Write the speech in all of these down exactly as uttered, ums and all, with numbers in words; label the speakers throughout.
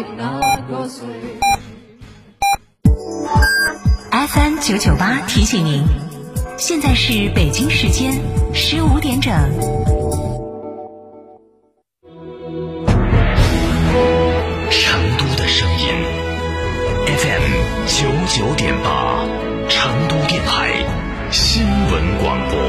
Speaker 1: F M 九九八提醒您，现在是北京时间十五点整。
Speaker 2: 成都的声音 F M 九九点八，成都电台新闻广播。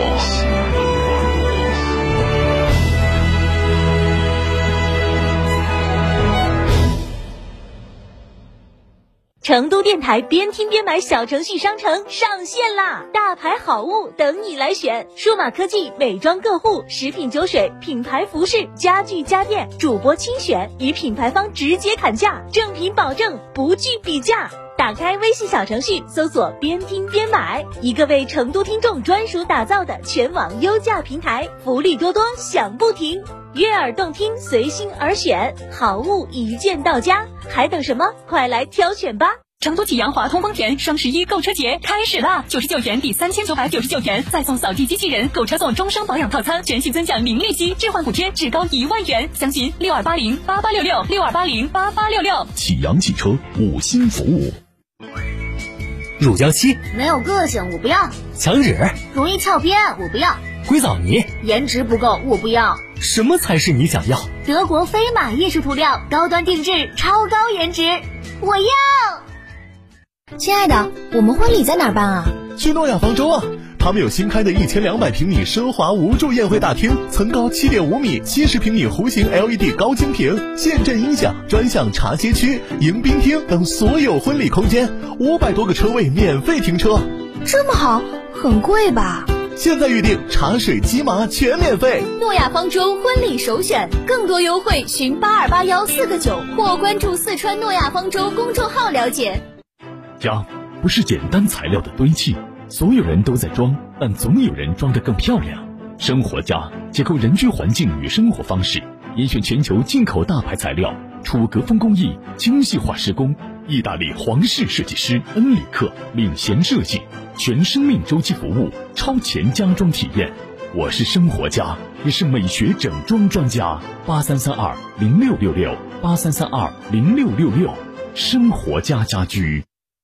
Speaker 3: 成都电台边听边买小程序商城上线啦！大牌好物等你来选，数码科技、美妆个护、食品酒水、品牌服饰、家具家电，主播亲选，与品牌方直接砍价，正品保证，不惧比价。打开微信小程序，搜索边听边买，一个为成都听众专属打造的全网优价平台，福利多多享不停，悦耳动听，随心而选，好物一键到家，还等什么？快来挑选吧！
Speaker 4: 成都启阳华通丰田双十一购车节开始啦！九十九元抵三千九百九十九元，再送扫地机器人，购车送终生保养套餐，全系尊享零利息，置换补贴至高一万元。详询六二八零八八六六六二八零八八六六。
Speaker 2: 启阳汽车五星服务。
Speaker 5: 乳胶漆
Speaker 6: 没有个性，我不要。
Speaker 5: 墙纸
Speaker 6: 容易翘边，我不要。
Speaker 5: 硅藻泥
Speaker 6: 颜值不够，我不要。
Speaker 5: 什么才是你想要？
Speaker 6: 德国飞马艺术涂料，高端定制，超高颜值，我要。
Speaker 7: 亲爱的，我们婚礼在哪儿办啊？
Speaker 8: 去诺亚方舟啊！他们有新开的一千两百平米奢华无柱宴会大厅，层高七点五米，七十平米弧形 L E D 高清屏，现阵音响，专项茶歇区、迎宾厅等所有婚礼空间，五百多个车位免费停车。
Speaker 7: 这么好，很贵吧？
Speaker 8: 现在预定茶水鸡麻全免费。
Speaker 6: 诺亚方舟婚礼首选，更多优惠询八二八幺四个九或关注四川诺亚方舟公众号了解。
Speaker 2: 家不是简单材料的堆砌，所有人都在装，但总有人装得更漂亮。生活家结构人居环境与生活方式，严选全球进口大牌材料，楚格风工艺，精细化施工，意大利皇室设计师恩里克领衔设计，全生命周期服务，超前家装体验。我是生活家，也是美学整装专家。八三三二零六六六，八三三二零六六六，生活家家居。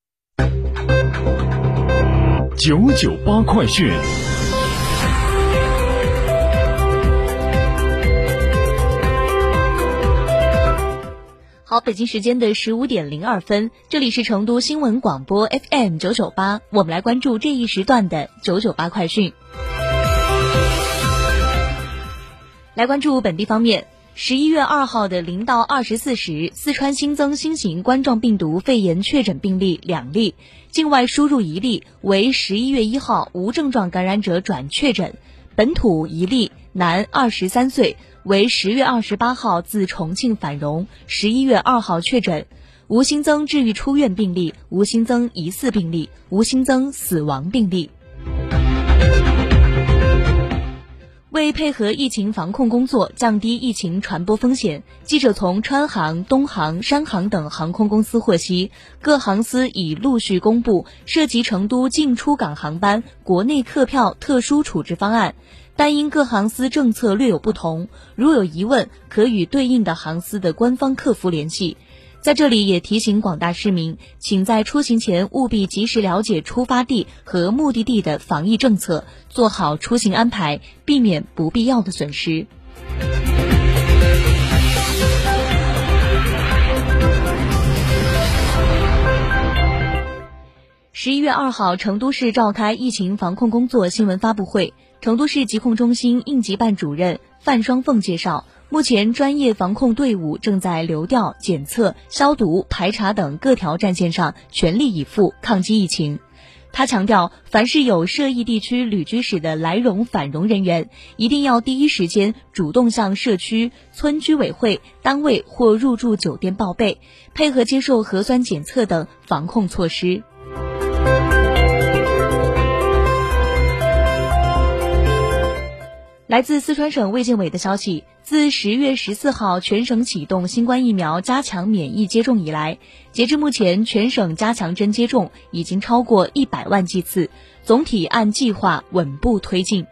Speaker 2: 九九八快讯。
Speaker 3: 好，北京时间的十五点零二分，这里是成都新闻广播 F M 九九八，我们来关注这一时段的九九八快讯。来关注本地方面。十一月二号的零到二十四时，四川新增新型冠状病毒肺炎确诊病例两例，境外输入一例，为十一月一号无症状感染者转确诊，本土一例，男，二十三岁，为十月二十八号自重庆返蓉，十一月二号确诊，无新增治愈出院病例，无新增疑似病例，无新增死亡病例。为配合疫情防控工作，降低疫情传播风险，记者从川航、东航、山航等航空公司获悉，各航司已陆续公布涉及成都进出港航班国内客票特殊处置方案，但因各航司政策略有不同，如有疑问，可与对应的航司的官方客服联系。在这里也提醒广大市民，请在出行前务必及时了解出发地和目的地的防疫政策，做好出行安排，避免不必要的损失。十一月二号，成都市召开疫情防控工作新闻发布会，成都市疾控中心应急办主任范双凤介绍，目前专业防控队伍正在流调、检测、消毒、排查等各条战线上全力以赴抗击疫情。他强调，凡是有涉疫地区旅居史的来蓉返蓉人员，一定要第一时间主动向社区、村居委会、单位或入住酒店报备，配合接受核酸检测等防控措施。来自四川省卫健委的消息，自十月十四号全省启动新冠疫苗加强免疫接种以来，截至目前，全省加强针接种已经超过一百万剂次，总体按计划稳步推进。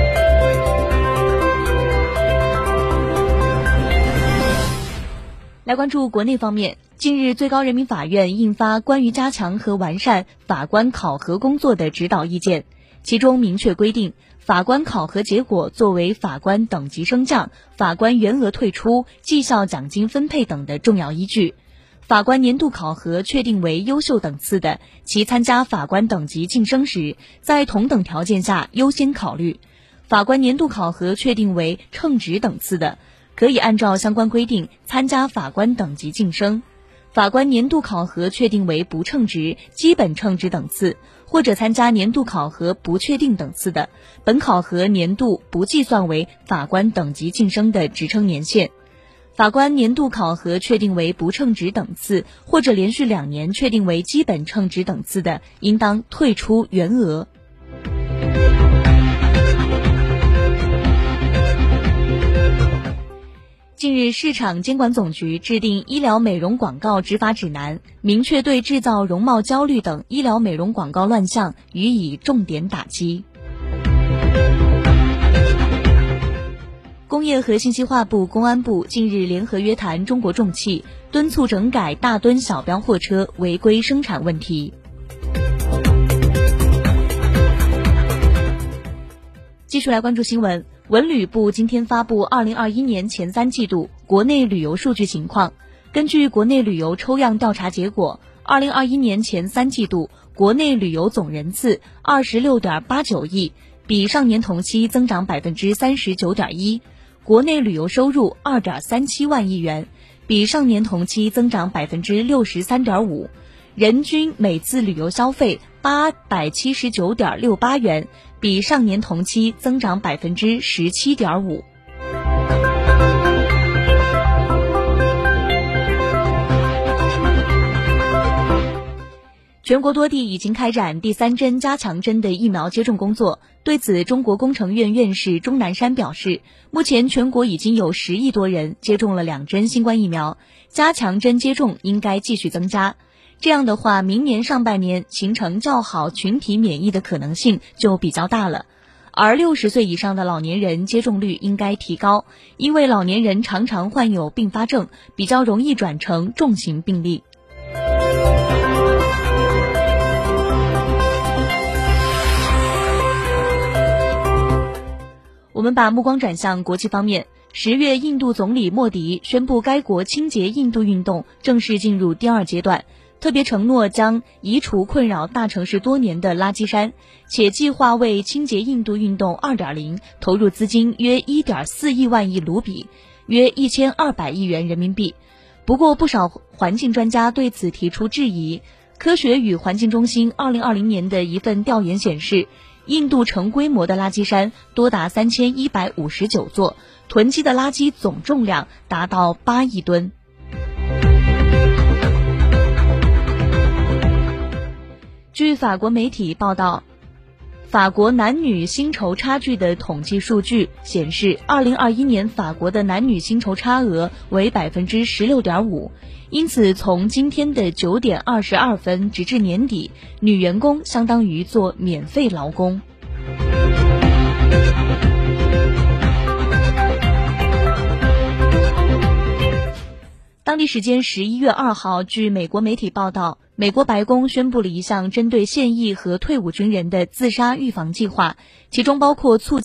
Speaker 3: 来来关注国内方面，近日最高人民法院印发关于加强和完善法官考核工作的指导意见，其中明确规定，法官考核结果作为法官等级升降、法官员额退出、绩效奖金分配等的重要依据。法官年度考核确定为优秀等次的，其参加法官等级晋升时，在同等条件下优先考虑；法官年度考核确定为称职等次的，可以按照相关规定参加法官等级晋升；法官年度考核确定为不称职、基本称职等次，或者参加年度考核不确定等次的，本考核年度不计算为法官等级晋升的职称年限。法官年度考核确定为不称职等次，或者连续两年确定为基本称职等次的，应当退出员额。近日，市场监管总局制定医疗美容广告执法指南，明确对制造容貌焦虑等医疗美容广告乱象予以重点打击。工业和信息化部、公安部近日联合约谈中国重汽，敦促整改大吨小标货车违规生产问题。继续来关注新闻，文旅部今天发布二零二一年前三季度国内旅游数据情况。根据国内旅游抽样调查结果，二零二一年前三季度国内旅游总人次二十六点八九亿，比上年同期增长百分之三十九点一；国内旅游收入二点三七万亿元，比上年同期增长百分之六十三点五；人均每次旅游消费八百七十九点六八元，比上年同期增长百分之十七点五。全国多地已经开展第三针加强针的疫苗接种工作。对此，中国工程院院士钟南山表示，目前全国已经有十亿多人接种了两针新冠疫苗，加强针接种应该继续增加。这样的话，明年上半年形成较好群体免疫的可能性就比较大了。而六十岁以上的老年人接种率应该提高，因为老年人常常患有并发症，比较容易转成重型病例。我们把目光转向国际方面，十月，印度总理莫迪宣布该国清洁印度运动正式进入第二阶段，特别承诺将移除困扰大城市多年的垃圾山，且计划为清洁印度运动 二点零 投入资金约 一点四亿万亿卢比，约一千二百亿元人民币。不过，不少环境专家对此提出质疑。科学与环境中心二零二零年的一份调研显示，印度成规模的垃圾山多达三千一百五十九座，囤积的垃圾总重量达到八亿吨。据法国媒体报道，法国男女薪酬差距的统计数据显示，二零二一年法国的男女薪酬差额为 百分之十六点五， 因此从今天的九点二十二分直至年底，女员工相当于做免费劳工。当地时间十一月二号，据美国媒体报道，美国白宫宣布了一项针对现役和退伍军人的自杀预防计划，其中包括促